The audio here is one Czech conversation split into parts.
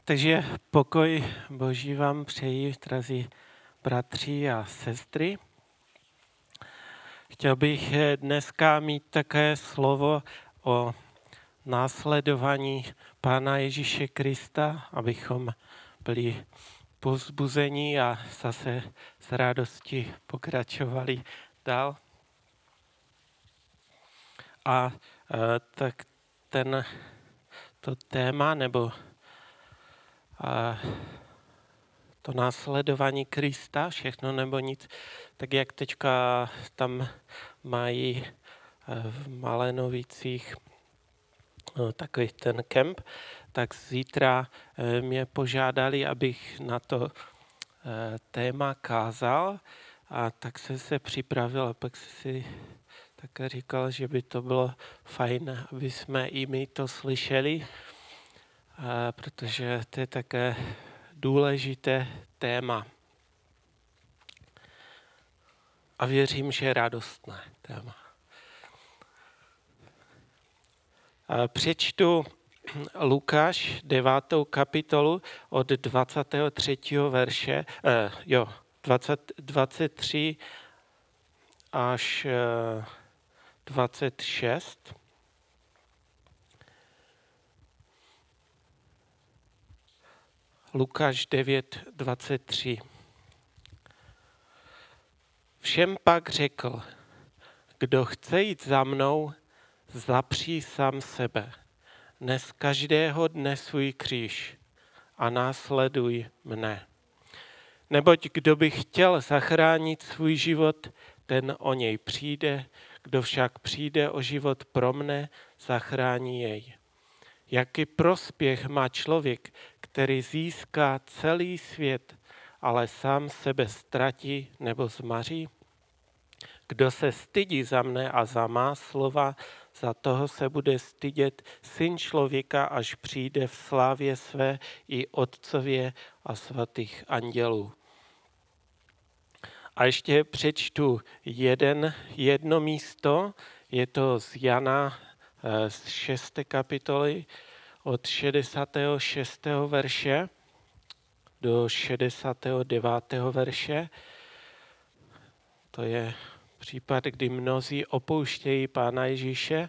Takže pokoj Boží vám přeji, drazí bratři a sestry. Chtěl bych dneska mít také slovo o následování Pána Ježíše Krista, abychom byli povzbuzení a zase s radostí pokračovali dál. A tak to téma nebo to následování Krista, všechno nebo nic, tak jak teďka tam mají v Malenovicích takový ten kemp, tak zítra mě požádali, abych na to téma kázal, a tak jsem se připravil a pak jsem si také říkal, že by to bylo fajn, aby jsme i my to slyšeli, protože to je také důležité téma. A věřím, že je radostné téma. Přečtu Lukáš 9. kapitolu od 23. verše, 23 až 26. Lukáš 9, 23. Všem pak řekl, kdo chce jít za mnou, zapři sám sebe. Nes každého dne svůj kříž a následuj mne. Neboť kdo by chtěl zachránit svůj život, ten o něj přijde, kdo však přijde o život pro mne, zachrání jej. Jaký prospěch má člověk, který získá celý svět, ale sám sebe ztratí nebo zmaří? Kdo se stydí za mne a za má slova, za toho se bude stydět Syn člověka, až přijde v slávě své i Otcově a svatých andělů. A ještě přečtu jedno místo, je to z Jana z 6. kapitoly od 66. verše do 69. verše. To je případ, kdy mnozí opouštějí Pána Ježíše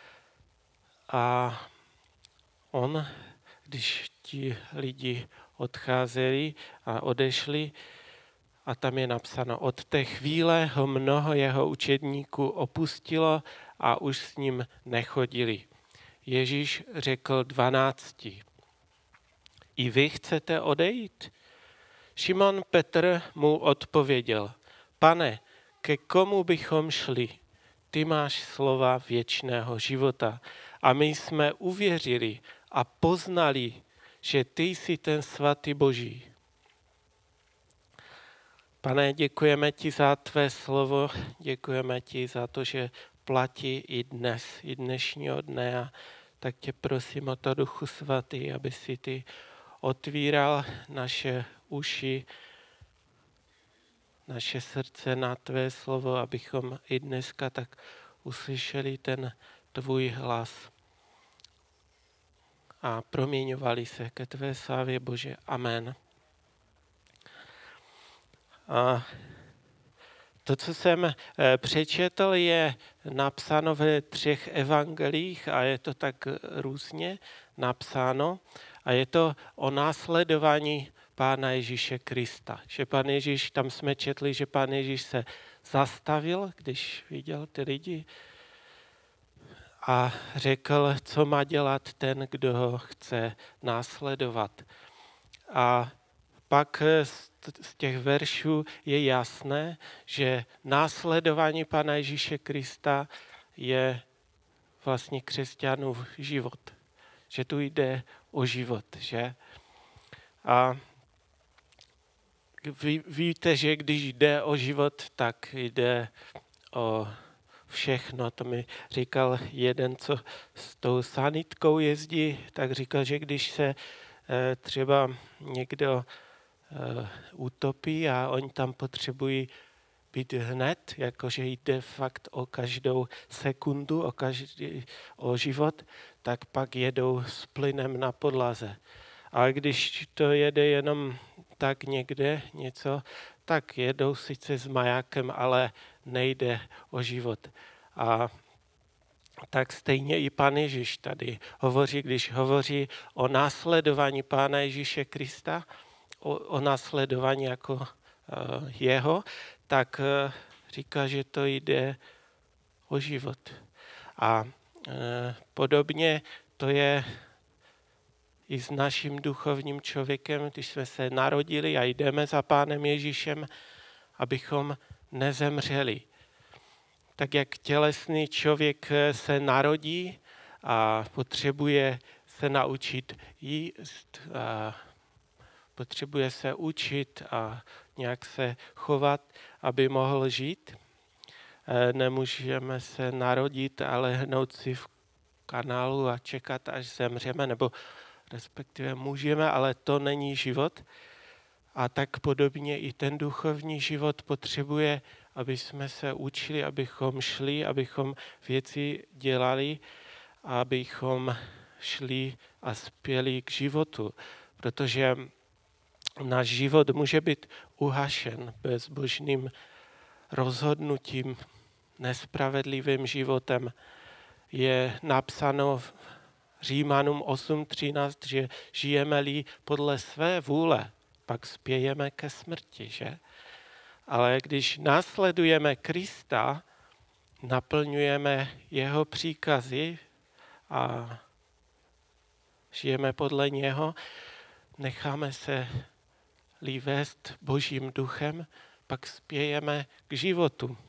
a on, když ti lidi odcházeli a odešli, a tam je napsáno, od té chvíle ho mnoho jeho učedníků opustilo a už s ním nechodili. Ježíš řekl 12. I vy chcete odejít? Šimon Petr mu odpověděl, Pane, ke komu bychom šli? Ty máš slova věčného života a my jsme uvěřili a poznali, že ty jsi ten svatý Boží. Pane, děkujeme ti za tvé slovo, děkujeme ti za to, že platí i dnes, i dnešního dne, a tak tě prosím o to, Duchu svatý, aby si ty otvíral naše uši, naše srdce na tvé slovo, abychom i dneska tak uslyšeli ten tvůj hlas a proměňovali se ke tvé slávě, Bože. Amen. A to, co jsem přečetl, je napsáno ve 3 evangelích a je to tak různě napsáno. A je to o následování Pána Ježíše Krista. Že Pán Ježíš, tam jsme četli, že Pán Ježíš se zastavil, když viděl ty lidi a řekl, co má dělat ten, kdo ho chce následovat. A pak z těch veršů je jasné, že následování Pána Ježíše Krista je vlastně křesťanův život. Že tu jde o život, že? A víte, že když jde o život, tak jde o všechno. To mi říkal jeden, co s tou sanitkou jezdí, tak říkal, že když se třeba někdo utopí a oni tam potřebují být hned, jakože jde fakt o každou sekundu, o život, tak pak jedou s plynem na podlaze. Ale když to jede jenom tak někde něco, tak jedou sice s majákem, ale nejde o život. A tak stejně i Pán Ježíš tady hovoří, když hovoří o následování Pána Ježíše Krista, o následování jako jeho, tak říká, že to jde o život. A podobně to je i s naším duchovním člověkem, když jsme se narodili a jdeme za Pánem Ježíšem, abychom nezemřeli. Tak jak tělesný člověk se narodí a potřebuje se naučit jíst, a potřebuje se učit a nějak se chovat, aby mohl žít. Nemůžeme se narodit a lehnout si v kanálu a čekat, až zemřeme, nebo respektive můžeme, ale to není život. A tak podobně i ten duchovní život potřebuje, aby jsme se učili, abychom šli, abychom věci dělali, abychom šli a spěli k životu. Protože náš život může být uhašen bezbožným rozhodnutím, nespravedlivým životem. Je napsáno v Římanům 8.13, že žijeme-li podle své vůle, pak spějeme ke smrti, že? Ale když následujeme Krista, naplňujeme jeho příkazy a žijeme podle něho, necháme se vést Božím duchem, pak spějeme k životu.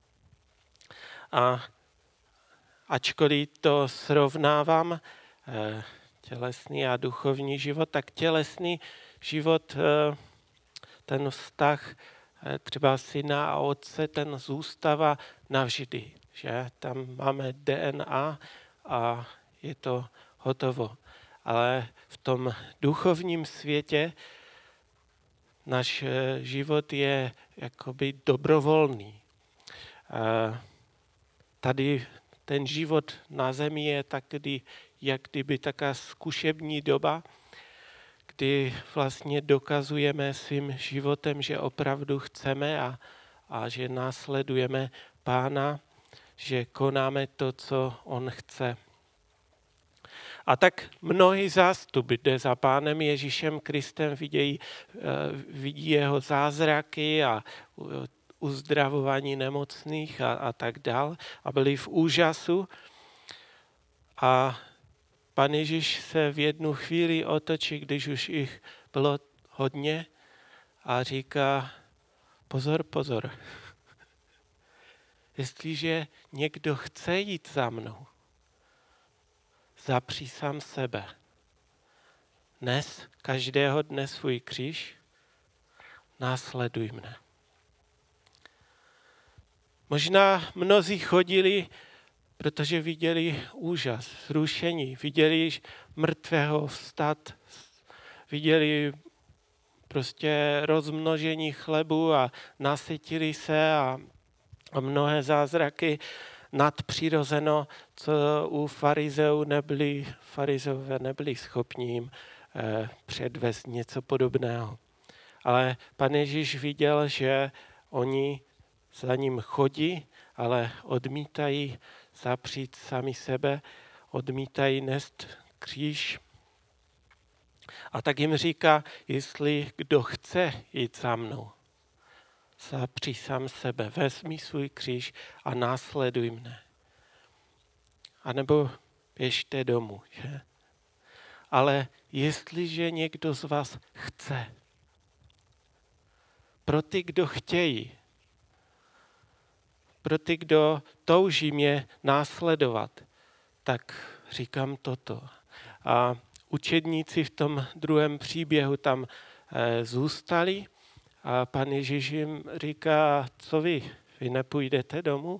A ačkoliv to srovnávám, tělesný a duchovní život, tak tělesný život, ten vztah třeba syna a otce, ten zůstává navždy. Že? Tam máme DNA a je to hotovo. Ale v tom duchovním světě náš život je jakoby dobrovolný. Tady ten život na zemi je taky, jak kdyby taká zkušební doba, kdy vlastně dokazujeme svým životem, že opravdu chceme a že následujeme Pána, že konáme to, co on chce. A tak mnohý zástup jde za Pánem Ježíšem Kristem, vidí jeho zázraky a uzdravování nemocných a tak dál a byli v úžasu. A Pán Ježíš se v jednu chvíli otočí, když už jich bylo hodně a říká, pozor, pozor. Jestliže někdo chce jít za mnou, zapři sám sebe. Nes každého dne svůj kříž, následuj mne. Možná mnozí chodili, protože viděli úžas, zrušení, viděli mrtvého vstat, viděli prostě rozmnožení chlebu a nasytili se a mnohé zázraky nadpřirozeno, co u farizeové nebyli schopni jim předvést něco podobného. Ale Pan Ježíš viděl, že oni za ním chodí, ale odmítají zapřít sami sebe, odmítají nést kříž. A tak jim říká, jestli kdo chce jít za mnou, zapři sám sebe, vezmi svůj kříž a následuj mne. A nebo běžte domů. Že? Ale jestliže někdo z vás chce, pro ty, kdo chtějí, pro ty, kdo touží mě následovat, tak říkám toto. A učedníci v tom druhém příběhu tam zůstali a Pan Ježíš jim říká, co vy nepůjdete domů?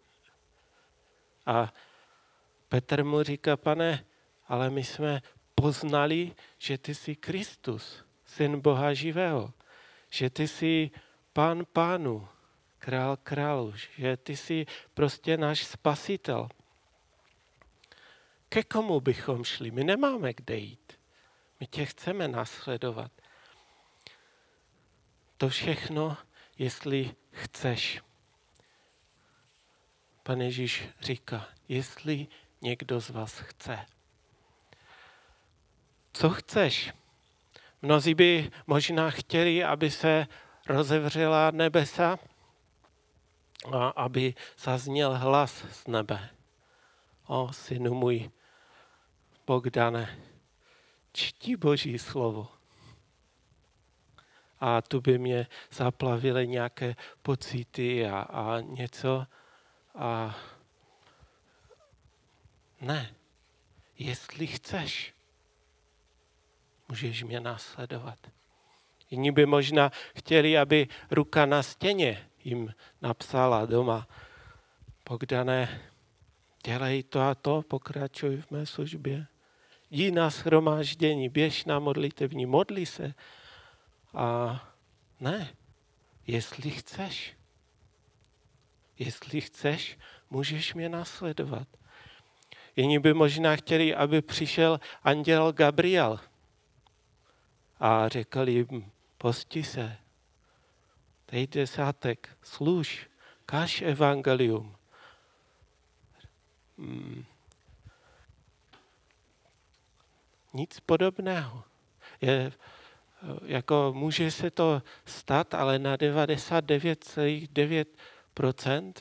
A Petr mu říká, Pane, ale my jsme poznali, že ty jsi Kristus, syn Boha živého, že ty jsi Pán pánů, král králů, že ty jsi prostě náš spasitel. Ke komu bychom šli? My nemáme kde jít. My tě chceme následovat. To všechno, jestli chceš. Pan Ježíš říká, jestli někdo z vás chce. Co chceš? Mnozí by možná chtěli, aby se rozevřela nebesa a aby zazněl hlas z nebe. O, synu můj, Bogdane, čti Boží slovo. A tu by mě zaplavily nějaké pocity a něco. A ne, jestli chceš, můžeš mě následovat. Jiní by možná chtěli, aby ruka na stěně jim napsala doma. Bogdane, dělej to a to, pokračuj v mé službě. Jdi na shromáždění, běž na modlitevní, modli se. A ne, jestli chceš. Jestli chceš, můžeš mě následovat. Jiní by možná chtěli, aby přišel anděl Gabriel a řekl jim, posti se, dej desátek, služ, kaž evangelium. Nic podobného. Může se to stát, ale na 99,9%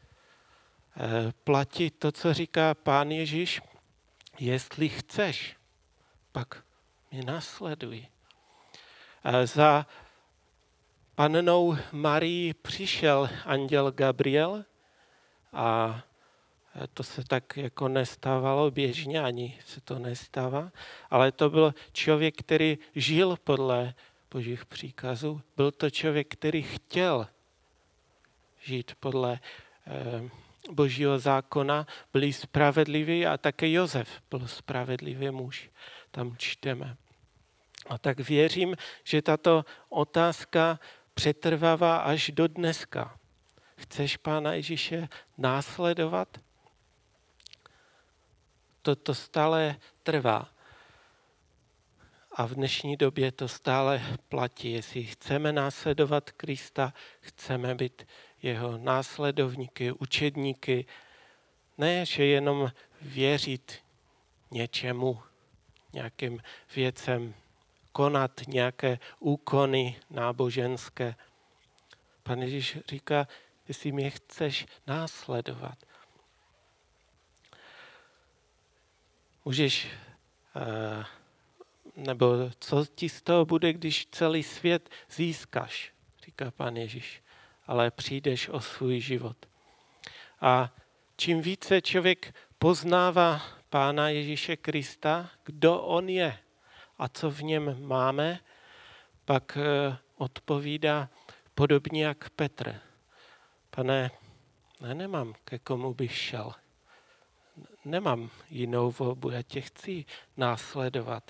platí to, co říká Pán Ježíš, jestli chceš, pak mě následuj. Za pannou Marii přišel anděl Gabriel a to se tak jako nestávalo běžně, ani se to nestává, ale to byl člověk, který žil podle Božích příkazů. Byl to člověk, který chtěl žít podle Božího zákona, byli spravedliví a také Josef byl spravedlivý muž. Tam čteme. A tak věřím, že tato otázka přetrvává až do dneska. Chceš Pána Ježíše následovat? To stále trvá. A v dnešní době to stále platí. Jestli chceme následovat Krista, chceme být jeho následovníky, učedníky, ne, že jenom věřit něčemu, nějakým věcem, konat nějaké úkony náboženské. Pan Ježíš říká, jestli mě chceš následovat. Můžeš, nebo co ti z toho bude, když celý svět získáš, říká Pán Ježíš, ale přijdeš o svůj život. A čím více člověk poznává Pána Ježíše Krista, kdo on je a co v něm máme, pak odpovídá podobně jak Petr. Pane, nemám ke komu bych šel. Nemám jinou volbu, já tě chci následovat.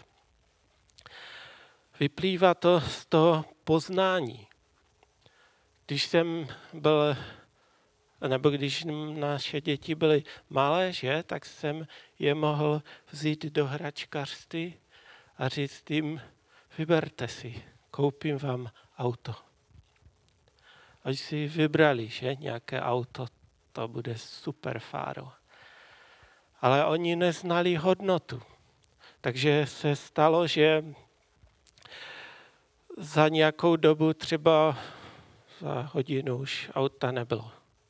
Vyplývá to z toho poznání. Když jsem byl, nebo když naše děti byly malé, tak jsem je mohl vzít do hračkařství a říct jim, vyberte si, koupím vám auto. Až si vybrali, nějaké auto, to bude super fáro. Ale oni neznali hodnotu. Takže se stalo, že za nějakou dobu, třeba za hodinu už auta nebylo.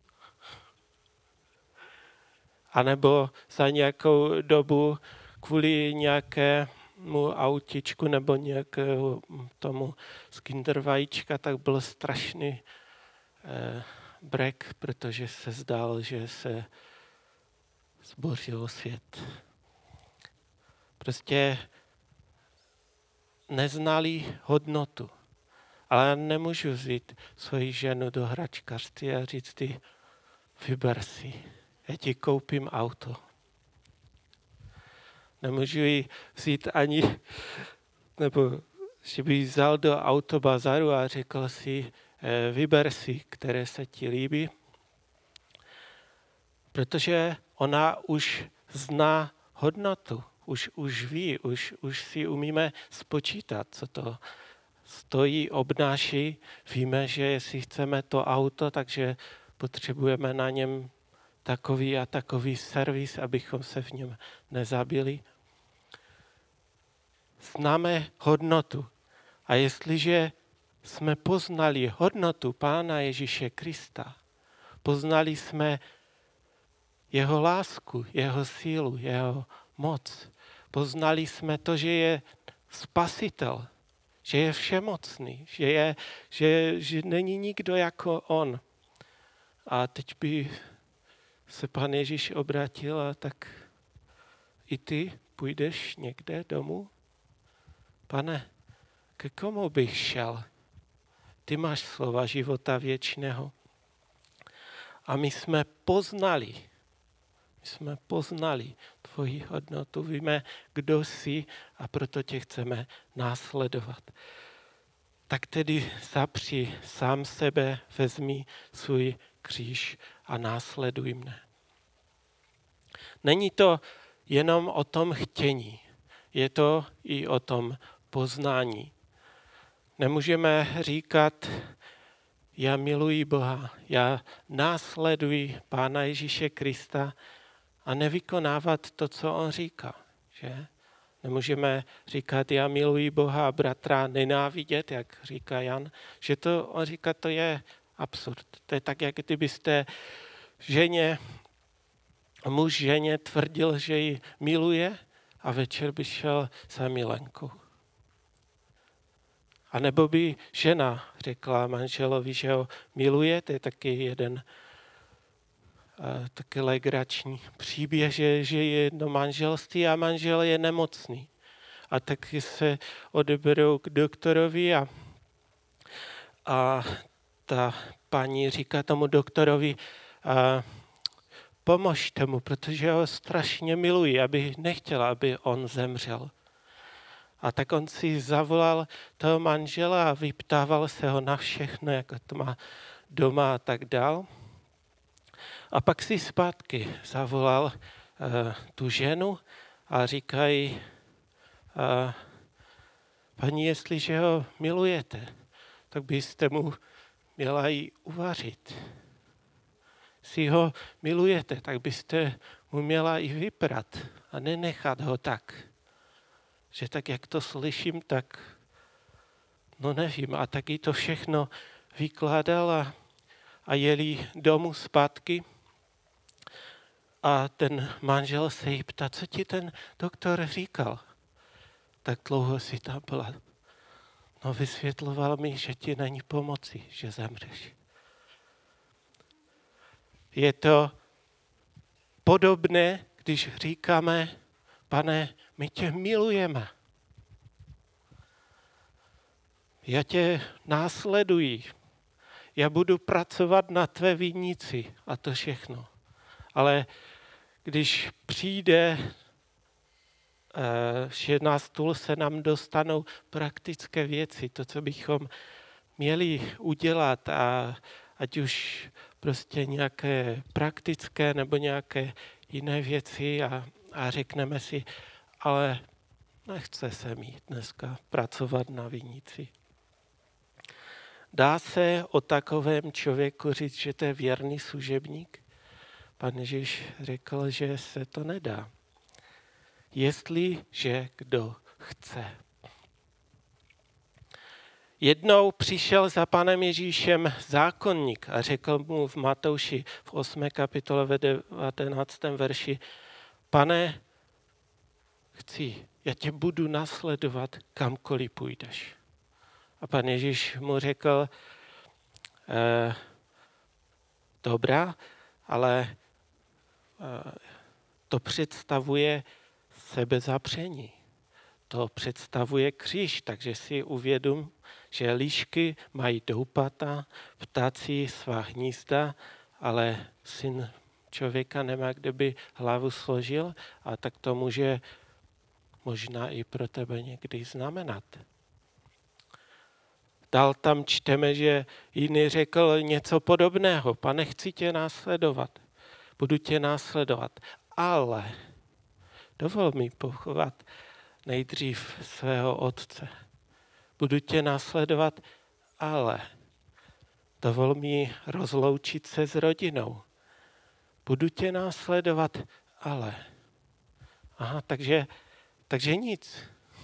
A nebo za nějakou dobu kvůli nějakému autičku nebo nějakému tomu z kindervajíčka, tak byl strašný brek, protože se zdál, že se zbořil svět. Prostě neznali hodnotu. Ale já nemůžu vzít svoji ženu do hračkařství a říct ty, vyber si, já ti koupím auto. Nemůžu ji vzít ani, nebo že bych vzal do autobazaru a řekl si, vyber si, které se ti líbí. Protože ona už zná hodnotu. už ví, už si umíme spočítat, co to stojí, obnáší. Víme, že jestli chceme to auto, takže potřebujeme na něm takový a takový servis, abychom se v něm nezabili. Známe hodnotu. A jestliže jsme poznali hodnotu Pána Ježíše Krista, poznali jsme jeho lásku, jeho sílu, jeho moc. Poznali jsme to, že je spasitel, že je všemocný, že není nikdo jako on. A teď by se Pán Ježíš obrátil a tak i ty půjdeš někde domů? Pane, ke komu bych šel? Ty máš slova života věčného. A my jsme poznali tvoji hodnotu, víme, kdo jsi a proto tě chceme následovat. Tak tedy zapři sám sebe, vezmi svůj kříž a následuj mne. Není to jenom o tom chtění, je to i o tom poznání. Nemůžeme říkat, já miluji Boha, já následuji Pána Ježíše Krista a nevykonávat to, co on říká. Že? Nemůžeme říkat, já miluji Boha a bratra nenávidět, jak říká Jan, že to on říká, to je absurd. To je tak, jak kdybyste muž ženě tvrdil, že ji miluje a večer by šel za milenkou. A nebo by žena řekla manželovi, že ho miluje, to je taky jeden taky legrační příběh, že je jedno manželství a manžel je nemocný. A taky se odeberou k doktorovi a ta paní říká tomu doktorovi, pomožte mu, protože ho strašně miluji, aby nechtěla, aby on zemřel. A tak on si zavolal toho manžela a vyptával se ho na všechno, jak to má doma a tak dál. A pak si zpátky zavolal tu ženu a říkají, paní, jestliže ho milujete, tak byste mu měla i uvařit. Jestli ho milujete, tak byste mu měla i vyprat a nenechat ho tak. Že tak, jak to slyším, tak no nevím. A taky to všechno vykládal a jeli domů zpátky. A ten manžel se jí ptá, co ti ten doktor říkal? Tak dlouho si tam byla. No vysvětloval mi, že ti není pomoci, že zemřeš. Je to podobné, když říkáme, Pane, my tě milujeme. Já tě následuji. Já budu pracovat na tvé vinici a to všechno. Ale když přijde, že na stůl se nám dostanou praktické věci, to, co bychom měli udělat, a ať už prostě nějaké praktické nebo nějaké jiné věci a řekneme si, ale nechce se mi dneska pracovat na vinici. Dá se o takovém člověku říct, že to je věrný služebník? Pan Ježíš řekl, že se to nedá. Jestliže kdo chce. Jednou přišel za Panem Ježíšem zákonník a řekl mu v Matouši v 8. kapitole ve 19. verši, Pane, já tě budu nasledovat, kamkoliv půjdeš. A Pan Ježíš mu řekl, dobrá, ale to představuje sebezapření. To představuje kříž, takže si uvědom, že lišky mají doupata, ptáci svá hnízda, ale syn člověka nemá, kde by hlavu složil, a tak to může možná i pro tebe někdy znamenat. Dál tam čteme, že jiný řekl něco podobného. Pane, chci tě následovat. Budu tě následovat. Ale dovol mi pochovat nejdřív svého otce. Budu tě následovat, ale dovol mi rozloučit se s rodinou. Budu tě následovat, ale. Aha, takže nic.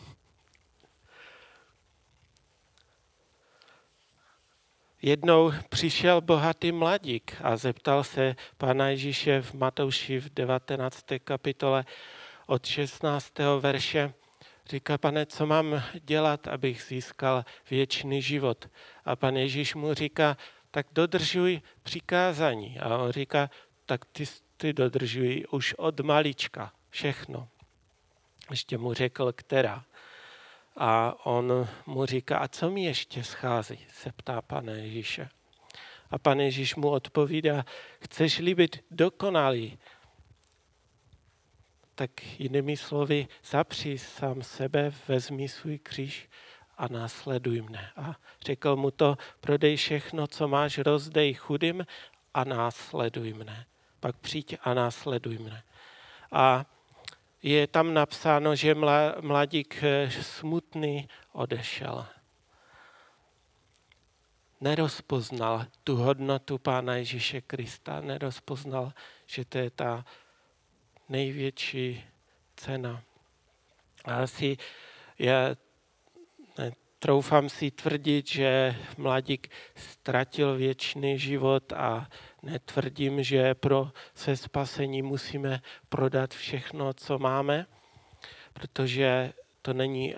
Jednou přišel bohatý mladík a zeptal se Pána Ježíše v Matouši v 19. kapitole od 16. verše. Říká, Pane, co mám dělat, abych získal věčný život? A Pan Ježíš mu říká, tak dodržuj přikázání. A on říká, tak ty dodržuj už od malička všechno. Ještě mu řekl, která. A on mu říká, a co mi ještě schází, se ptá Pane Ježíše. A Pan Ježíš mu odpovídá, chceš-li být dokonalý, tak jinými slovy, zapři sám sebe, vezmi svůj kříž a následuj mne. A řekl mu to, prodej všechno, co máš, rozdej chudým a následuj mne. Pak přijď a následuj mne. A je tam napsáno, že mladík smutný odešel. Nerozpoznal tu hodnotu Pána Ježíše Krista, nerozpoznal, že to je ta největší cena. A troufám si tvrdit, že mladík ztratil věčný život a netvrdím, že pro své spasení musíme prodat všechno, co máme, protože to není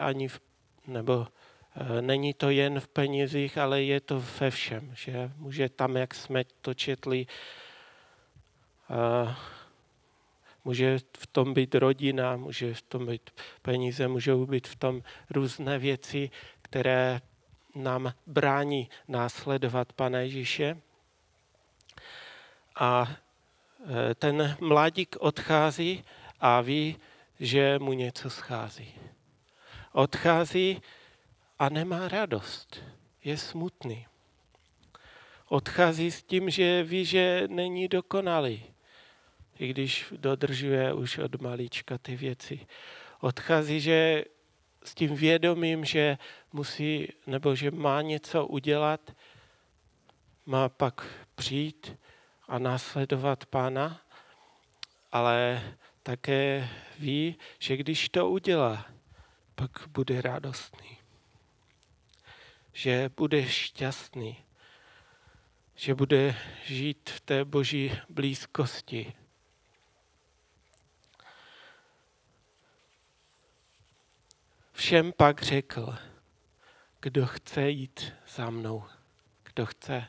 není to jen v penězích, ale je to ve všem, že může tam, jak jsme to četli, může v tom být rodina, může v tom být peníze, můžou být v tom různé věci, které nám brání následovat Pana Ježíše. A ten mladík odchází a ví, že mu něco schází. Odchází a nemá radost. Je smutný. Odchází s tím, že ví, že není dokonalý. I když dodržuje už od malička ty věci. Odchází, že s tím vědomím, že musí, nebo že má něco udělat, má pak přijít a následovat Pána, ale také ví, že když to udělá, pak bude radostný. Že bude šťastný. Že bude žít v té Boží blízkosti. Všem pak řekl, kdo chce jít za mnou, kdo chce.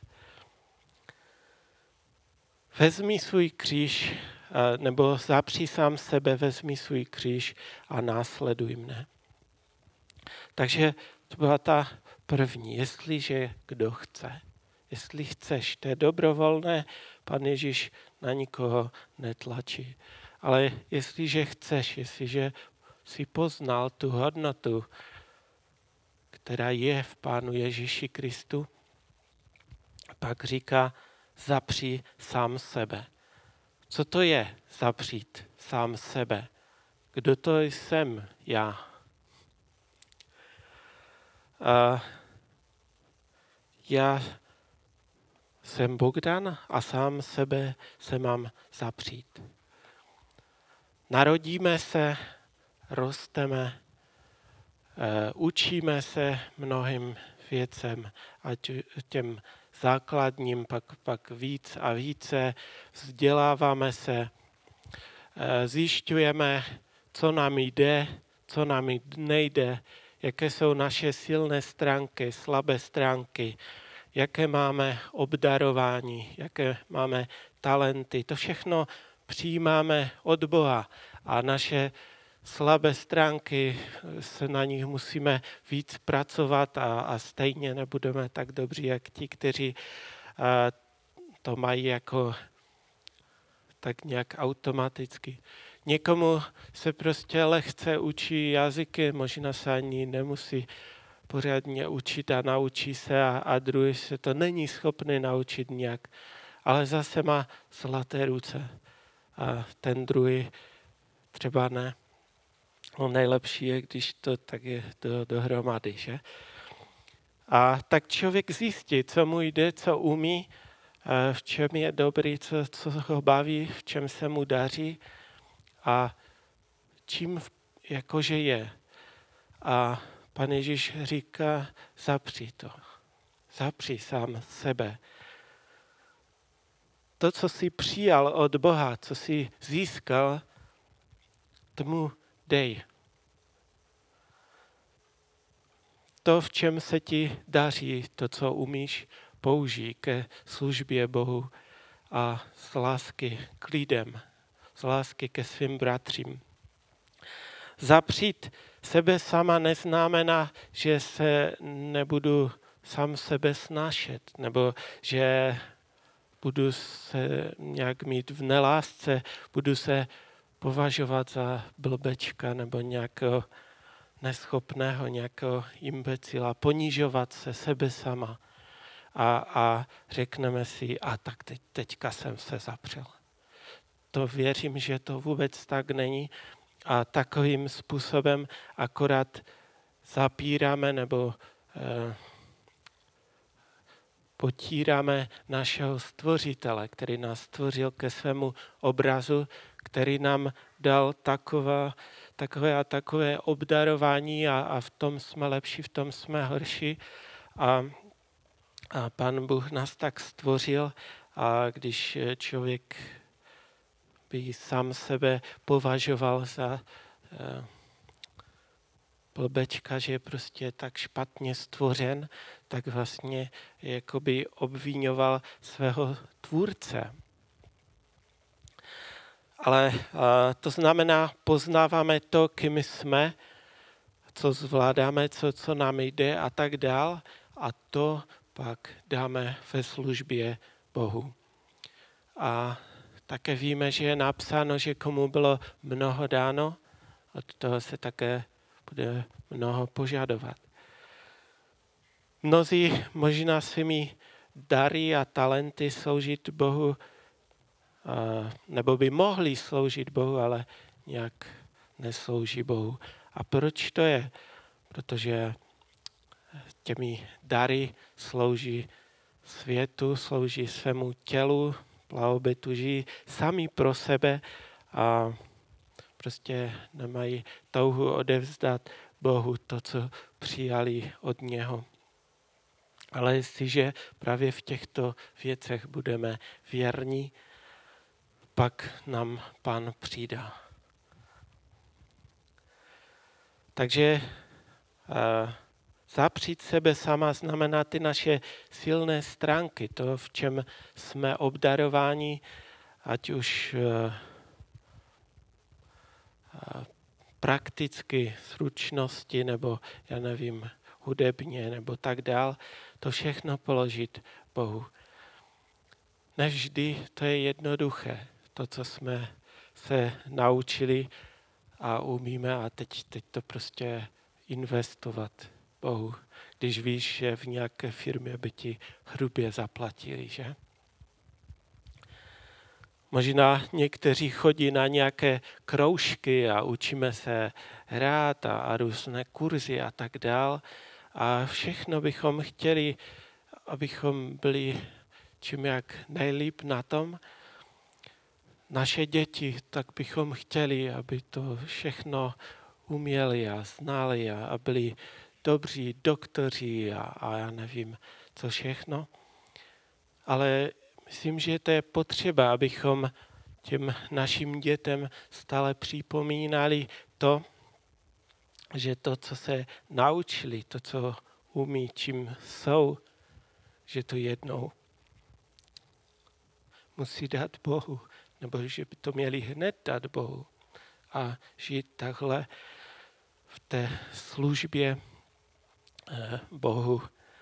Vezmi svůj kříž, nebo zapři sám sebe, vezmi svůj kříž a následuj mne. Takže to byla ta první, jestliže kdo chce. Jestli chceš, to je dobrovolné, Pan Ježíš na nikoho netlačí. Ale jestliže chceš, jestliže si poznal tu hodnotu, která je v Pánu Ježíši Kristu, pak říká, zapři sám sebe. Co to je zapřít sám sebe? Kdo to jsem já? Já jsem Bogdan a sám sebe se mám zapřít. Narodíme se, rosteme, učíme se mnohým věcem, ať těm základním, pak víc a více, vzděláváme se, zjišťujeme, co nám jde, co nám nejde, jaké jsou naše silné stránky, slabé stránky, jaké máme obdarování, jaké máme talenty. To všechno přijímáme od Boha a naše slabé stránky, se na nich musíme víc pracovat a stejně nebudeme tak dobří, jak ti, kteří to mají jako tak nějak automaticky. Někomu se prostě lehce učí jazyky, možná se ani nemusí pořádně učit a naučí se a druhý se to není schopný naučit nějak, ale zase má zlaté ruce a ten druhý třeba ne. nejlepší je, když to tak je dohromady, že? A tak člověk zjistí, co mu jde, co umí, v čem je dobrý, co ho baví, v čem se mu daří a čím jakože je. A Pan Ježíš říká, zapři to. Zapři sám sebe. To, co jsi přijal od Boha, co jsi získal, tomu dej. To, v čem se ti daří, to, co umíš, použij ke službě Bohu a z lásky k lidem, z lásky ke svým bratřím. Zapřít sebe sama neznamená, že se nebudu sám sebe snášet, nebo že budu se nějak mít v nelásce, budu se považovat za blbečka nebo nějakého neschopného, nějakého imbecila, ponižovat se sebe sama. A řekneme si, a tak teďka jsem se zapřel. To věřím, že to vůbec tak není a takovým způsobem akorát zapíráme nebo potíráme našeho stvořitele, který nás stvořil ke svému obrazu, který nám dal takové a takové obdarování a v tom jsme lepší, v tom jsme horší. A Pán Bůh nás tak stvořil a když člověk by sám sebe považoval za blbečka, že je prostě tak špatně stvořen, tak vlastně jakoby obvinoval svého tvůrce. Ale to znamená, poznáváme to, kým jsme, co zvládáme, co nám jde a tak dál a to pak dáme ve službě Bohu. A také víme, že je napsáno, že komu bylo mnoho dáno, od toho se také bude mnoho požadovat. Mnozí možná svými dary a talenty sloužit Bohu, nebo by mohli sloužit Bohu, ale nějak neslouží Bohu. A proč to je? Protože těmi dary slouží světu, slouží svému tělu, blahobytu, žijí sami pro sebe a prostě nemají touhu odevzdat Bohu to, co přijali od něho. Ale jestliže právě v těchto věcech budeme věrní, pak nám Pán přidá. Takže zapřít sebe sama znamená ty naše silné stránky, to, v čem jsme obdarováni, ať už prakticky zručnosti, nebo já nevím, hudebně, nebo tak dál, to všechno položit Bohu. Nevždy to je jednoduché, to, co jsme se naučili a umíme a teď to prostě investovat Bohu, když víš, že v nějaké firmě by ti hrubě zaplatili, že? Možná někteří chodí na nějaké kroužky a učíme se hrát a různé kurzy a tak dál. A všechno bychom chtěli, abychom byli čím jak nejlíp na tom. Naše děti, tak bychom chtěli, aby to všechno uměli a znali a byli dobří doktoři a já nevím, co všechno. Ale myslím, že to je potřeba, abychom těm našim dětem stále připomínali to, že to, co se naučili, to, co umí, čím jsou, že to jednou musí dát Bohu, nebo že by to měli hned dát Bohu a žít takhle v té službě Bohu,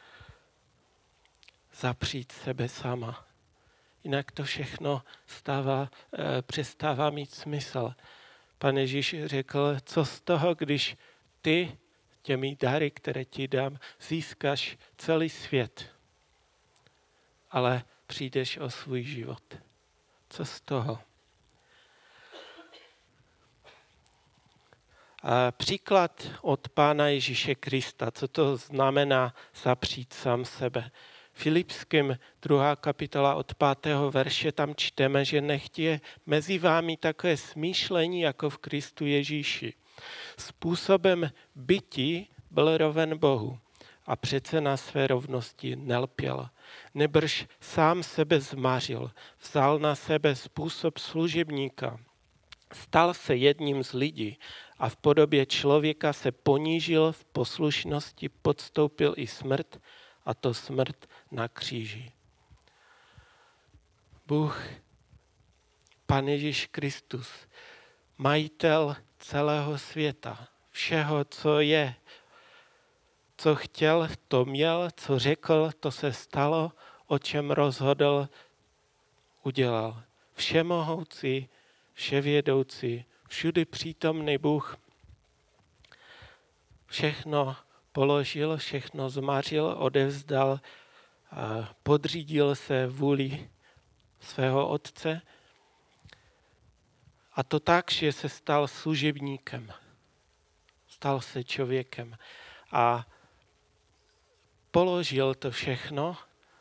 zapřít sebe sama. Jinak to všechno přestává mít smysl. Pan Ježíš řekl, co z toho, když ty těmi dary, které ti dám, získáš celý svět, ale přijdeš o svůj život. Co z toho? Příklad od Pána Ježíše Krista, co to znamená zapřít sám sebe. Filipským 2. kapitola od 5. verše tam čteme, že nechť je mezi vámi takové smýšlení jako v Kristu Ježíši. Způsobem bytí byl roven Bohu a přece na své rovnosti nelpěl. Nebrž sám sebe zmařil, vzal na sebe způsob služebníka. Stal se jedním z lidí a v podobě člověka se ponížil, v poslušnosti podstoupil i smrt, a to smrt na kříži. Bůh, Pán Ježíš Kristus, majitel celého světa, všeho, co je, co chtěl, to měl, co řekl, to se stalo, o čem rozhodl, udělal. Všemohoucí, vševědoucí, všudy přítomný Bůh všechno položil, všechno zmařil, odevzdal, podřídil se vůli svého Otce. A to tak, že se stal služebníkem. Stal se člověkem. A položil to všechno,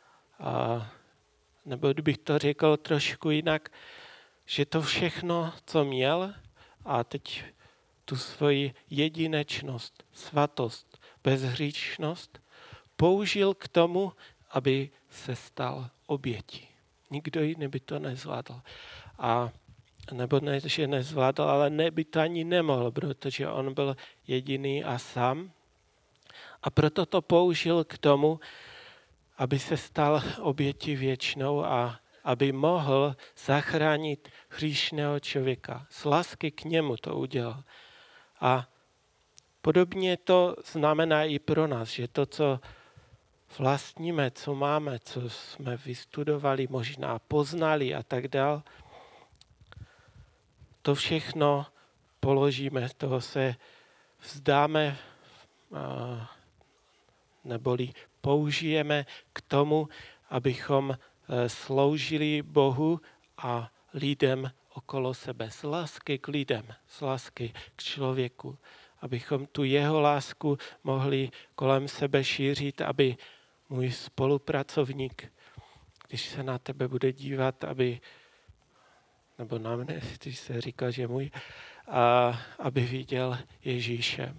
nebo kdybych to řekl trošku jinak, že to všechno, co měl, a teď tu svoji jedinečnost, svatost, bezhříšnost, použil k tomu, aby se stal obětí. Nikdo jiný by to nezvládl. Nebo ne, že nezvládl, ale by to ani nemohl, protože on byl jediný a sám. A proto to použil k tomu, aby se stal obětí věčnou a aby mohl zachránit hříšného člověka. Z lásky k němu to udělal. A podobně to znamená i pro nás, že to, co vlastníme, co máme, co jsme vystudovali, možná poznali a tak dál, to všechno položíme, toho se vzdáme, neboli použijeme k tomu, abychom sloužili Bohu a lidem okolo sebe. Z lásky k lidem, z lásky k člověku. Abychom tu jeho lásku mohli kolem sebe šířit, aby můj spolupracovník, když se na tebe bude dívat, nebo na mne, když se říká, že můj, aby viděl Ježíše.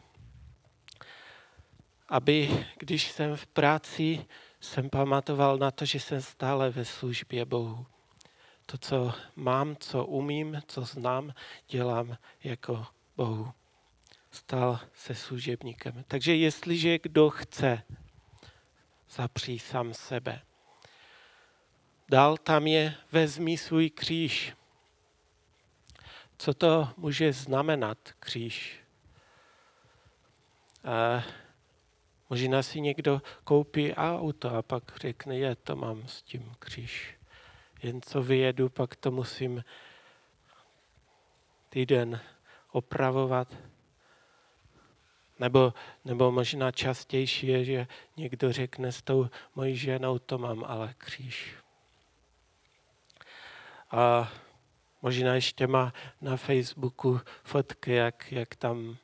Aby, když jsem v práci, jsem pamatoval na to, že jsem stále ve službě Bohu. To, co mám, co umím, co znám, dělám jako Bohu. Stal se služebníkem. Takže jestliže kdo chce, zapří sám sebe. Dál tam je, vezmi svůj kříž. Co to může znamenat kříž? Možná si někdo koupí auto a pak řekne, to mám s tím kříž. Jen co vyjedu, pak to musím týden opravovat. Nebo možná častější je, že někdo řekne, s tou mojí ženou to mám ale kříž. A možná ještě má na Facebooku fotky, jak tam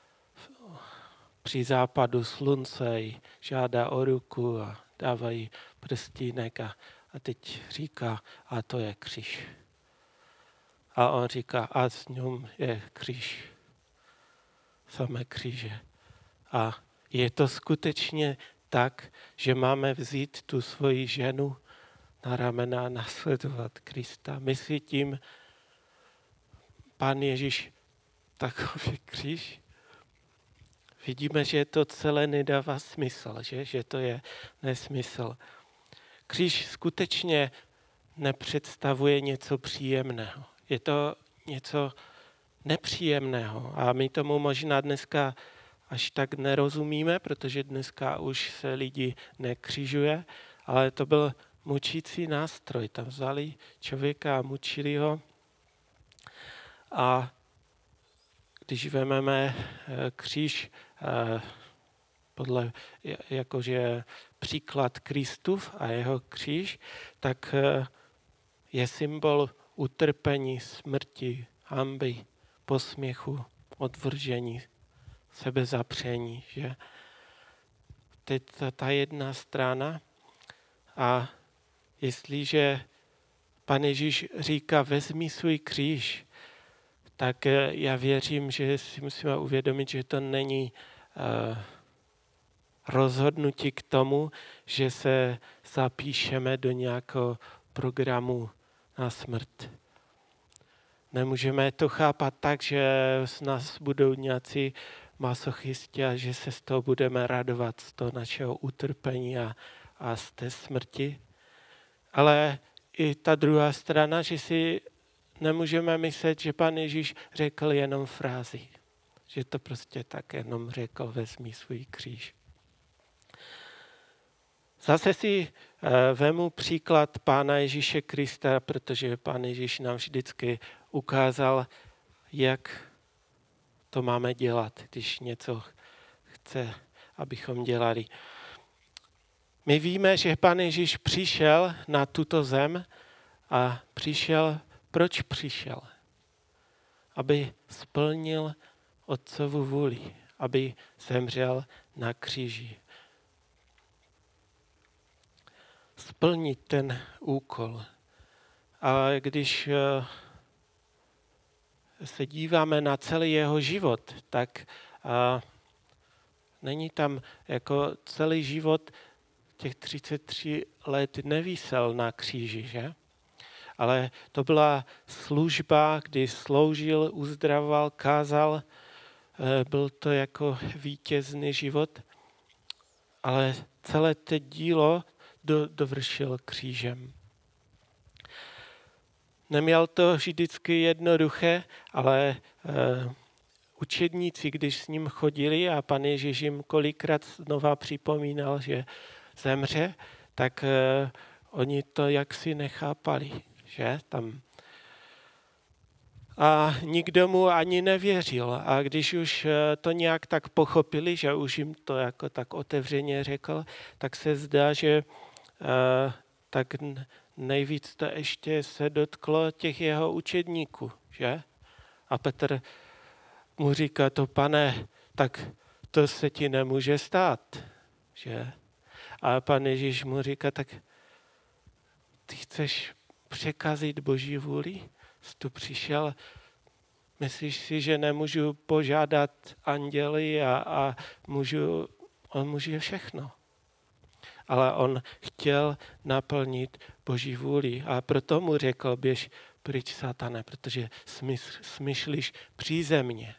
při západu slunce žádá o ruku a dávají prstínek a teď říká, a to je kříž. A on říká, a s ním je kříž. Samé kříže. A je to skutečně tak, že máme vzít tu svoji ženu na ramena a nasledovat Krista. Myslí tím Pán Ježíš takový kříž? Vidíme, že to celé nedává smysl, že to je nesmysl. Kříž skutečně nepředstavuje něco příjemného. Je to něco nepříjemného a my tomu možná dneska až tak nerozumíme, protože dneska už se lidi nekřižuje, ale to byl mučící nástroj. Tam vzali člověka a mučili ho. A když vezmeme kříž podle jakože příklad Kristův a jeho kříž, tak je symbol utrpení, smrti, hanby, posměchu, odvržení, sebezapření, že? Teď ta jedna strana a jestliže Pan Ježíš říká, vezmi svůj kříž, tak já věřím, že si musíme uvědomit, že to není rozhodnutí k tomu, že se zapíšeme do nějakého programu na smrt. Nemůžeme to chápat tak, že z nás budou nějací masochisti a že se z toho budeme radovat, z toho našeho utrpení a z té smrti. Ale i ta druhá strana, že si nemůžeme myslet, že Pan Ježíš řekl jenom frázi. Že to prostě tak jenom řekl, vezmi svůj kříž. Zase si vemu příklad Pána Ježíše Krista, protože Pán Ježíš nám vždycky ukázal, jak to máme dělat, když něco chce, abychom dělali. My víme, že Pán Ježíš přišel na tuto zem a proč přišel? Aby splnil Otcovu vůli, aby zemřel na kříži. Splnit ten úkol. A když se díváme na celý jeho život, tak není tam jako celý život těch 33 let nevisel na kříži, že? Ale to byla služba, kdy sloužil, uzdravoval, kázal, byl to jako vítězný život, ale celé to dílo dovršil křížem. Neměl to vždycky jednoduché, ale učedníci, když s ním chodili a Pan Ježíš jim kolikrát znova připomínal, že zemře, tak oni to jaksi nechápali, že tam. A nikdo mu ani nevěřil. A když už to nějak tak pochopili, že už jim to jako tak otevřeně řekl, tak se zdá, že tak nejvíc to ještě se dotklo těch jeho učedníků, že? A Petr mu říká, to Pane, tak to se ti nemůže stát, že? A Pan Ježíš mu říká, tak ty chceš překazit Boží vůli? Jsi tu přišel, myslíš si, že nemůžu požádat anděly a on může všechno. Ale on chtěl naplnit Boží vůli a proto mu řekl, běž pryč, Satane, protože smýšlíš přízemně.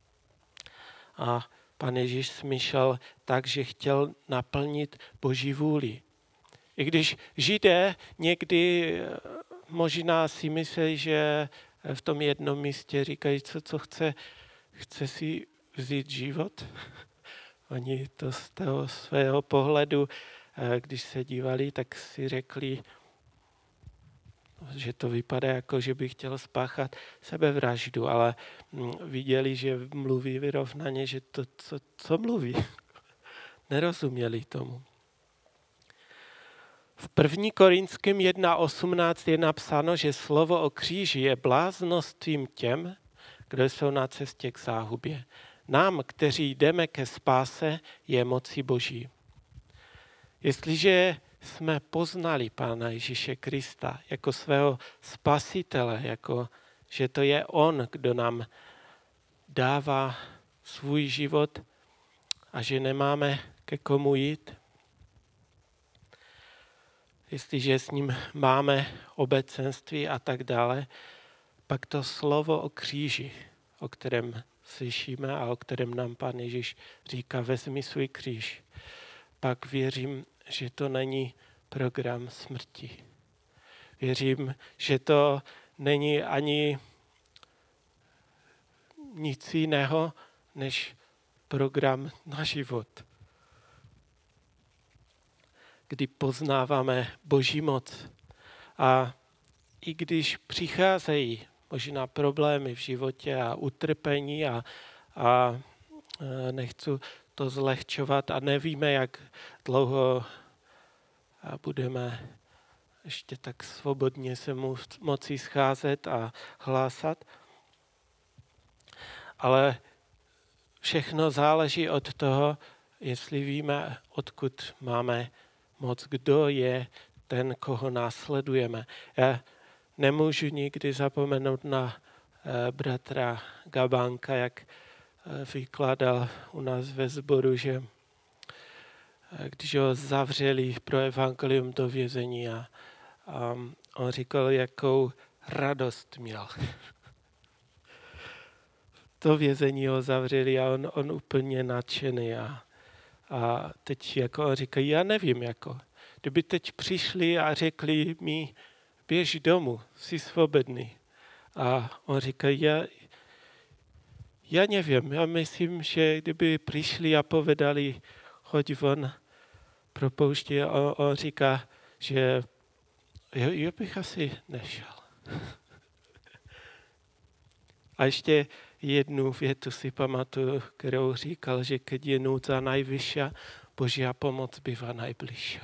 A Pan Ježíš smýšlel tak, že chtěl naplnit Boží vůli. I když Židé někdy možná si myslí, že v tom jednom místě říkají, co chce si vzít život. Oni to z toho svého pohledu, když se dívali, tak si řekli, že to vypadá jako, že by chtěl spáchat sebevraždu, ale viděli, že mluví vyrovnaně, že to, co mluví. Nerozuměli tomu. V 1. Korinským 1.18 je napsáno, že slovo o kříži je bláznostvím těm, kdo jsou na cestě k záhubě. Nám, kteří jdeme ke spáse, je mocí Boží. Jestliže jsme poznali Pána Ježíše Krista jako svého spasitele, jako že to je on, kdo nám dává svůj život a že nemáme ke komu jít, jestliže s ním máme obecenství a tak dále, pak to slovo o kříži, o kterém slyšíme a o kterém nám Pán Ježíš říká, vezmi svůj kříž, pak věřím, že to není program smrti. Věřím, že to není ani nic jiného, než program na život, kdy poznáváme Boží moc. A i když přicházejí možná problémy v životě a utrpení a nechci to zlehčovat a nevíme, jak dlouho budeme ještě tak svobodně se moci scházet a hlásat. Ale všechno záleží od toho, jestli víme, odkud máme moc, kdo je ten, koho následujeme. Já nemůžu nikdy zapomenout na bratra Gabánka, jak vykládal u nás ve sboru, že když ho zavřeli pro evangelium do vězení a on říkal, jakou radost měl. To vězení ho zavřeli a on úplně nadšený a teď jako on říká, já nevím, jako, kdyby teď přišli a řekli mi, běž domů, jsi svobodný. A on říká, já nevím, já myslím, že kdyby přišli a povedali, choď von, propouštěj, a on říká, že já bych asi nešel. A ještě jednu větu si pamatuju, kterou říkal, že keď je núdza najvyšší, Boží pomoc bývá najbližší.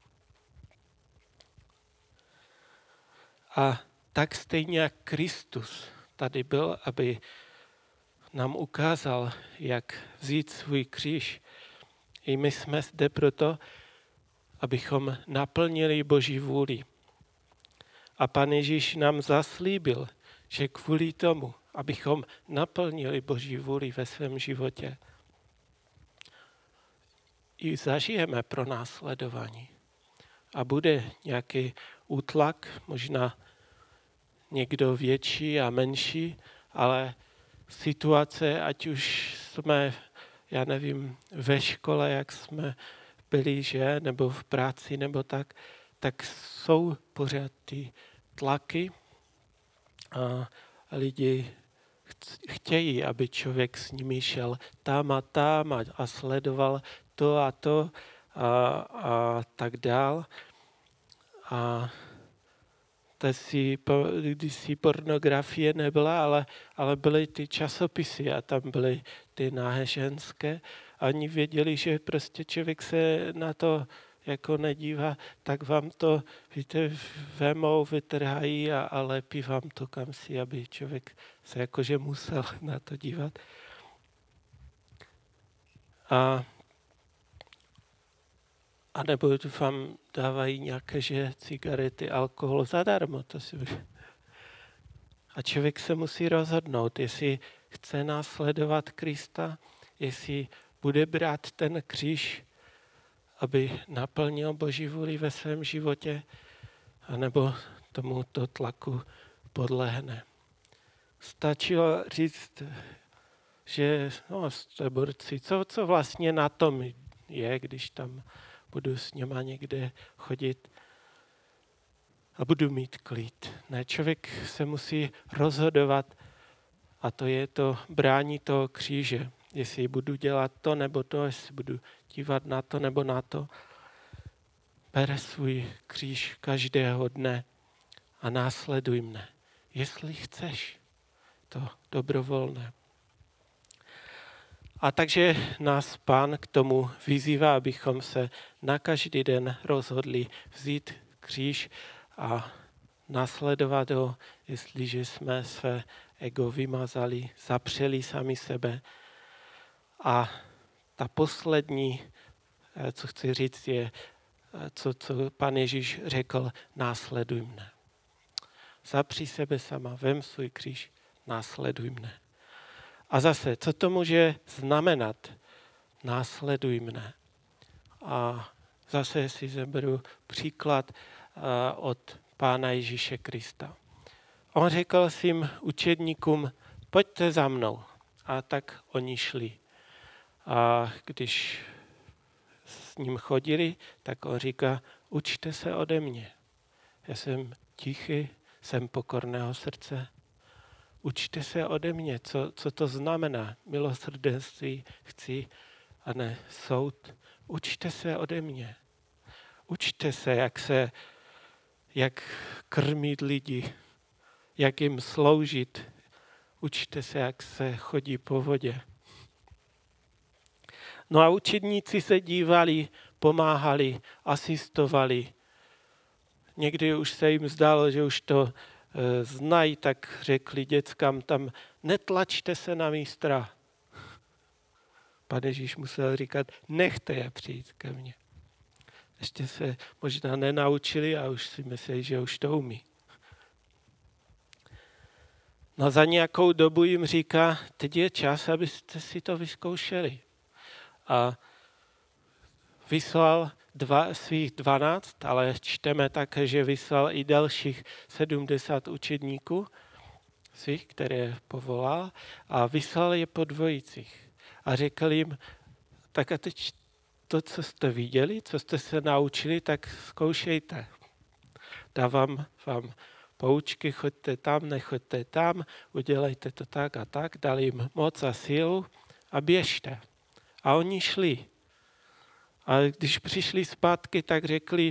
A tak stejně jak Kristus tady byl, aby nám ukázal, jak vzít svůj kříž. I my jsme zde proto, abychom naplnili Boží vůli. A Pán Ježíš nám zaslíbil, že kvůli tomu, abychom naplnili Boží vůli ve svém životě, i zažijeme pronásledování. A bude nějaký útlak, možná někdo větší a menší, ale situace, ať už jsme, já nevím, ve škole, jak jsme byli, že, nebo v práci, nebo tak jsou pořád ty tlaky a lidi chtějí, aby člověk s nimi šel tam a sledoval to a to a tak dál. A kdysi pornografie nebyla, ale byly ty časopisy a tam byly ty nahé ženské. A oni věděli, že prostě člověk se na to jako nedívá, tak vám to, víte, vemou, vytrhají a lepí vám to kam si, aby člověk se jakože musel na to dívat. A nebo vám dávají nějaké, že cigarety, alkohol zadarmo. A člověk se musí rozhodnout, jestli chce následovat Krista, jestli bude brát ten kříž, aby naplnil Boží vůli ve svém životě, anebo tomuto tlaku podlehne. Stačilo říct, že steborci, co vlastně na tom je, když tam budu s něma někde chodit a budu mít klid. Ne, člověk se musí rozhodovat a to je to brání toho kříže. Jestli budu dělat to nebo to, jestli budu dívat na to nebo na to. Bere svůj kříž každého dne a následuj mne. Jestli chceš, to dobrovolné. A takže nás Pán k tomu vyzývá, abychom se na každý den rozhodli vzít kříž a následovat ho, jestliže jsme své ego vymazali, zapřeli sami sebe. A ta poslední, co chci říct, je, co Pán Ježíš řekl, následuj mne. Zapři sebe sama, vem svůj kříž, následuj mne. A zase, co to může znamenat? Následuj mne. A zase si zeberu příklad od Pána Ježíše Krista. On řekl svým učedníkům, pojďte za mnou. A tak oni šli. A když s ním chodili, tak on říká, učte se ode mě. Já jsem tichý, jsem pokorného srdce. Učte se ode mě, co to znamená. Milosrdenství chci a ne soud. Učte se ode mě. Učte se, jak krmit lidi, jak jim sloužit. Učte se, jak se chodí po vodě. No a učedníci se dívali, pomáhali, asistovali. Někdy už se jim zdálo, že už to znají, tak řekli dětskám tam, netlačte se na mistra. Pán Ježíš musel říkat, nechte je přijít ke mně. Ještě se možná nenaučili a už si myslí, že už to umí. No za nějakou dobu jim říká, teď je čas, abyste si to vyzkoušeli. A vyslal svých 12, ale čteme také, že vyslal i dalších 70 učedníků svých, které povolal, a vyslal je po dvojicích. A řekl jim, tak a teď to, co jste viděli, co jste se naučili, tak zkoušejte. Dávám vám poučky, choďte tam, nechoďte tam, udělejte to tak a tak, dali jim moc a sílu a běžte. A oni šli. A když přišli zpátky, tak řekli,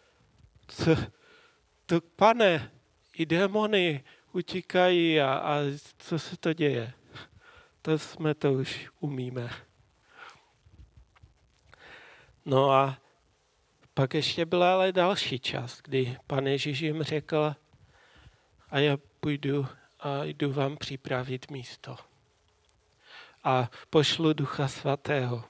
to pane, i démony utíkají a co se to děje? To už umíme. No a pak ještě byla ale další část, kdy Pan Ježíš jim řekl, a já půjdu a jdu vám připravit místo. A pošlu Ducha Svatého.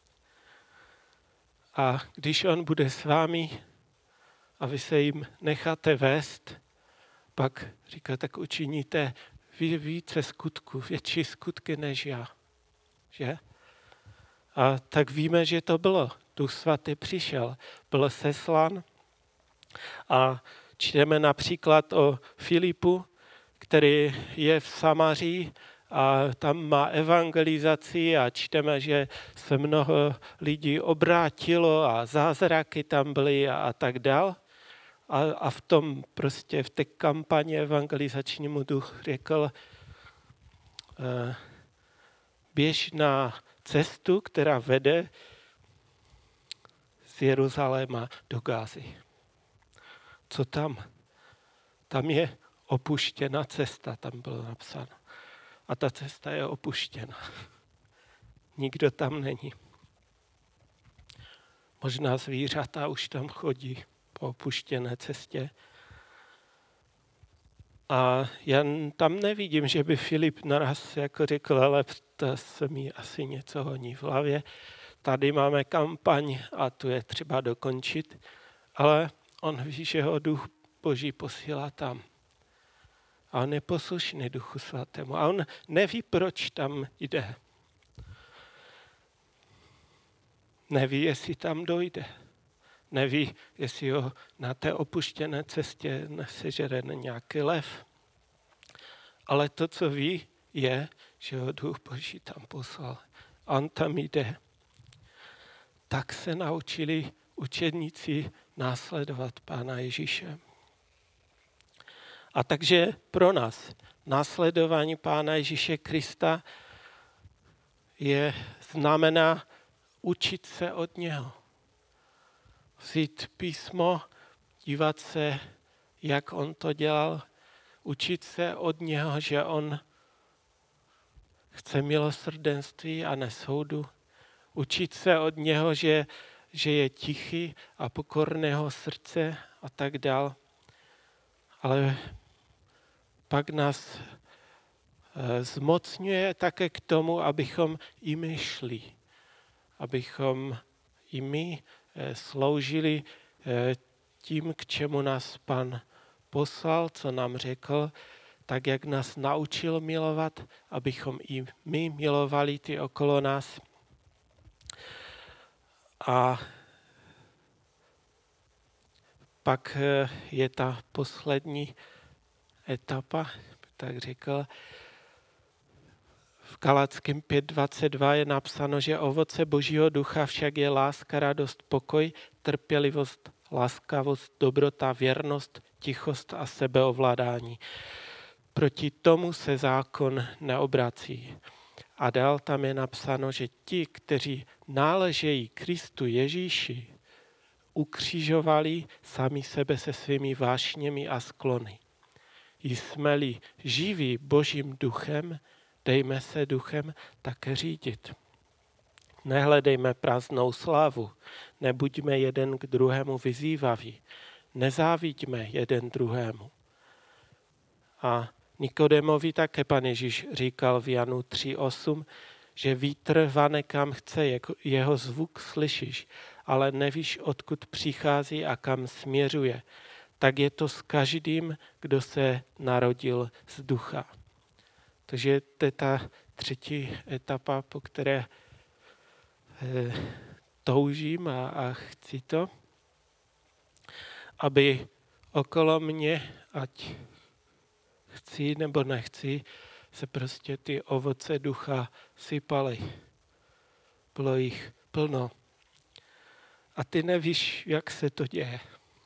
A když on bude s vámi a vy se jim necháte vést, pak říká, tak učiníte více skutků, větší skutky než já. Že? A tak víme, že to bylo. Duch Svatý přišel, byl seslán a čteme například o Filipu, který je v Samaří a tam má evangelizaci a čteme, že se mnoho lidí obrátilo a zázraky tam byly a tak dál. A v tom prostě v té kampani evangelizačnímu Duch řekl, běž na cestu, která vede z Jeruzaléma do Gázy. Co tam? Tam je opuštěná cesta, tam bylo napsáno. A ta cesta je opuštěna. Nikdo tam není. Možná zvířata už tam chodí po opuštěné cestě. A já tam nevidím, že by Filip naraz jako řekl, ale to se mi asi něco honí v hlavě. Tady máme kampaň a tu je třeba dokončit. Ale on ví, že ho Duch Boží posílá tam. A on je poslušný Duchu Svatému. A on neví, proč tam jde. Neví, jestli tam dojde. Neví, jestli ho na té opuštěné cestě nesežere nějaký lev. Ale to, co ví, je, že ho Duch Boží tam poslal. A on tam jde. Tak se naučili učedníci následovat Pána Ježíše. A takže pro nás následování Pána Ježíše Krista znamená učit se od něho. Vzít písmo, dívat se, jak on to dělal, učit se od něho, že on chce milosrdenství a ne soudu. Učit se od něho, že je tichý a pokorného srdce a tak dál. Ale pak nás zmocňuje také k tomu, abychom i my šli. Abychom i my sloužili tím, k čemu nás Pan poslal, co nám řekl, tak jak nás naučil milovat, abychom i my milovali ty okolo nás. A pak je ta poslední etapa, tak řekl, v Galackým 5:22 je napsáno, že ovoce Božího ducha však je láska, radost, pokoj, trpělivost, laskavost, dobrota, věrnost, tichost a sebeovládání. Proti tomu se zákon neobrací. A dál tam je napsáno, že ti, kteří náležejí Kristu Ježíši, ukřižovali sami sebe se svými vášněmi a sklony. Jsme-li živí Božím duchem, dejme se duchem také řídit. Nehledejme prázdnou slávu, nebuďme jeden k druhému vyzývaví, nezáviďme jeden druhému. A Nikodemovi také Pan Ježíš říkal v Janu 3:8, že vítr vane kam chce, jeho zvuk slyšíš, ale nevíš, odkud přichází a kam směřuje. Tak je to s každým, kdo se narodil z ducha. Takže to je ta třetí etapa, po které toužím a chci to, aby okolo mě, ať chci nebo nechci, se prostě ty ovoce ducha sypaly. Bylo jich plno. A ty nevíš, jak se to děje.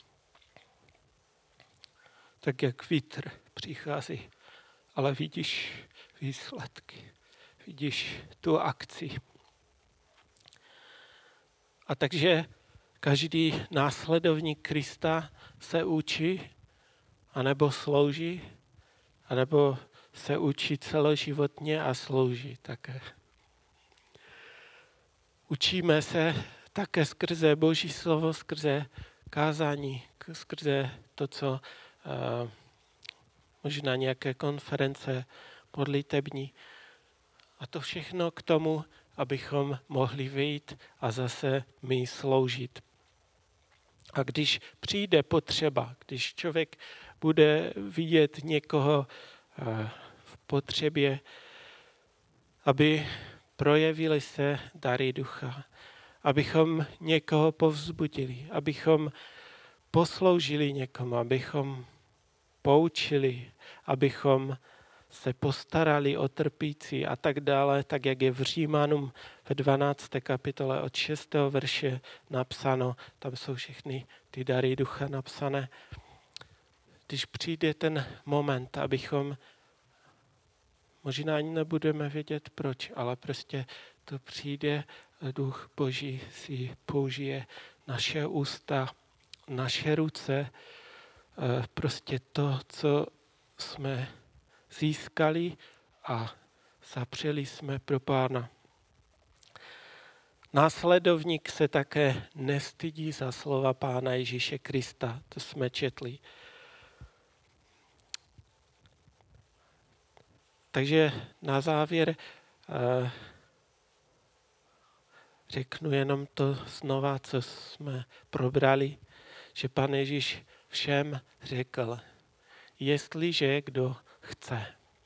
Tak jak vítr přichází, ale vidíš výsledky, vidíš tu akci. A takže každý následovník Krista se učí, anebo slouží, anebo se učí celoživotně a slouží také. Učíme se také skrze Boží slovo, skrze kázání, skrze to, co možná nějaké konference modlitební. A to všechno k tomu, abychom mohli vyjít a zase my sloužit. A když přijde potřeba, když člověk bude vidět někoho v potřebě, aby projevily se dary ducha, abychom někoho povzbudili, abychom posloužili někomu, abychom poučili, abychom se postarali o trpící a tak dále, tak jak je v Římanům ve 12. kapitole od 6. verše napsáno, tam jsou všechny ty dary ducha napsané. Když přijde ten moment, abychom, možná ani nebudeme vědět proč, ale prostě to přijde, Duch Boží si použije naše ústa, naše ruce, prostě to, co jsme získali a zapřeli jsme pro Pána. Následovník se také nestydí za slova Pána Ježíše Krista, to jsme četli. Takže na závěr řeknu jenom to znova, co jsme probrali, že Pán Ježíš všem řekl, jestliže kdo chce,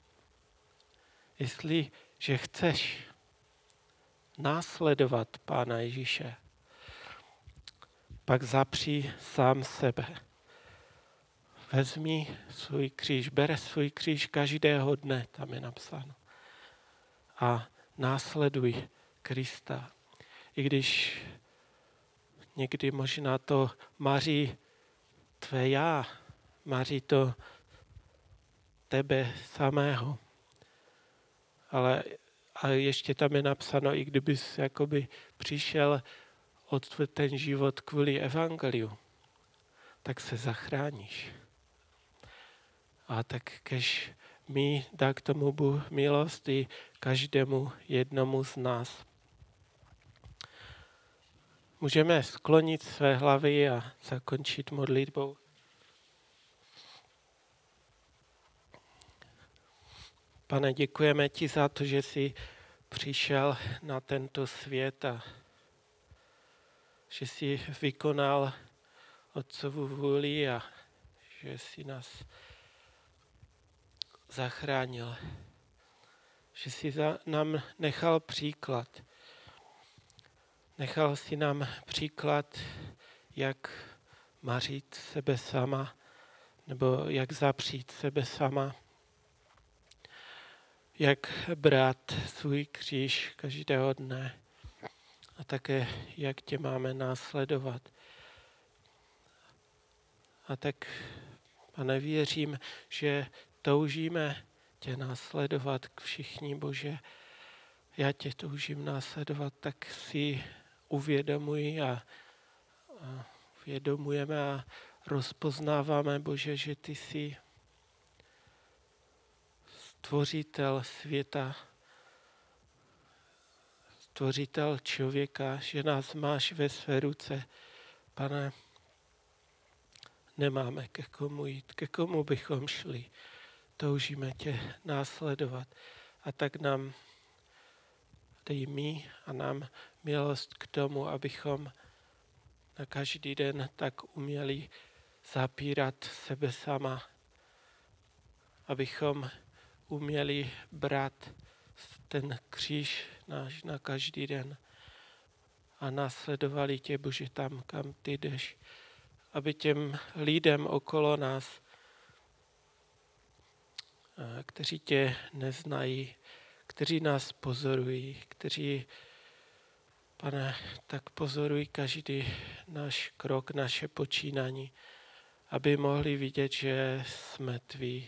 jestliže chceš následovat Pána Ježíše, pak zapři sám sebe. Vezmi svůj kříž, bere svůj kříž každého dne, tam je napsáno. A následuj Krista. I když někdy možná to maří tvé já, maří to tebe samého. Ale a ještě tam je napsáno, i kdybys jakoby přišel od ten život kvůli evangeliu, tak se zachráníš. A tak kež mi dá k tomu Bůh milost i každému jednomu z nás. Můžeme sklonit své hlavy a zakončit modlitbou. Pane, děkujeme ti za to, že jsi přišel na tento svět a že jsi vykonal Otcovu vůli a že jsi nás zachránil. Že jsi nám nechal příklad. Nechal jsi nám příklad, jak mařit sebe sama, nebo jak zapřít sebe sama, jak brát svůj kříž každého dne a také, jak tě máme následovat. A tak, Pane, věřím, že toužíme tě následovat k všichni, Bože. Já tě toužím následovat, tak si uvědomuji a uvědomujeme a rozpoznáváme, Bože, že ty jsi stvořitel světa, stvořitel člověka, že nás máš ve své ruce. Pane, nemáme ke komu jít, ke komu bychom šli. Toužíme tě následovat. A tak nám dej mi a nám milost k tomu, abychom na každý den tak uměli zapírat sebe sama, abychom uměli brát ten kříž náš na každý den a následovali tě, Bože, tam, kam ty jdeš, aby těm lidem okolo nás, kteří tě neznají, kteří nás pozorují, kteří, Pane, tak pozorují každý náš krok, naše počínání, aby mohli vidět, že jsme tví.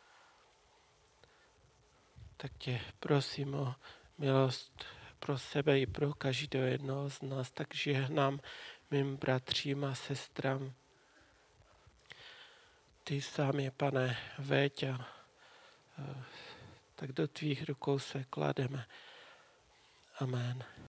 Tak tě prosím o milost pro sebe i pro každého jednoho z nás, tak žehnám mým bratřím a sestrám. Ty sám je, Pane, veď a tak do tvých rukou se klademe. Amen.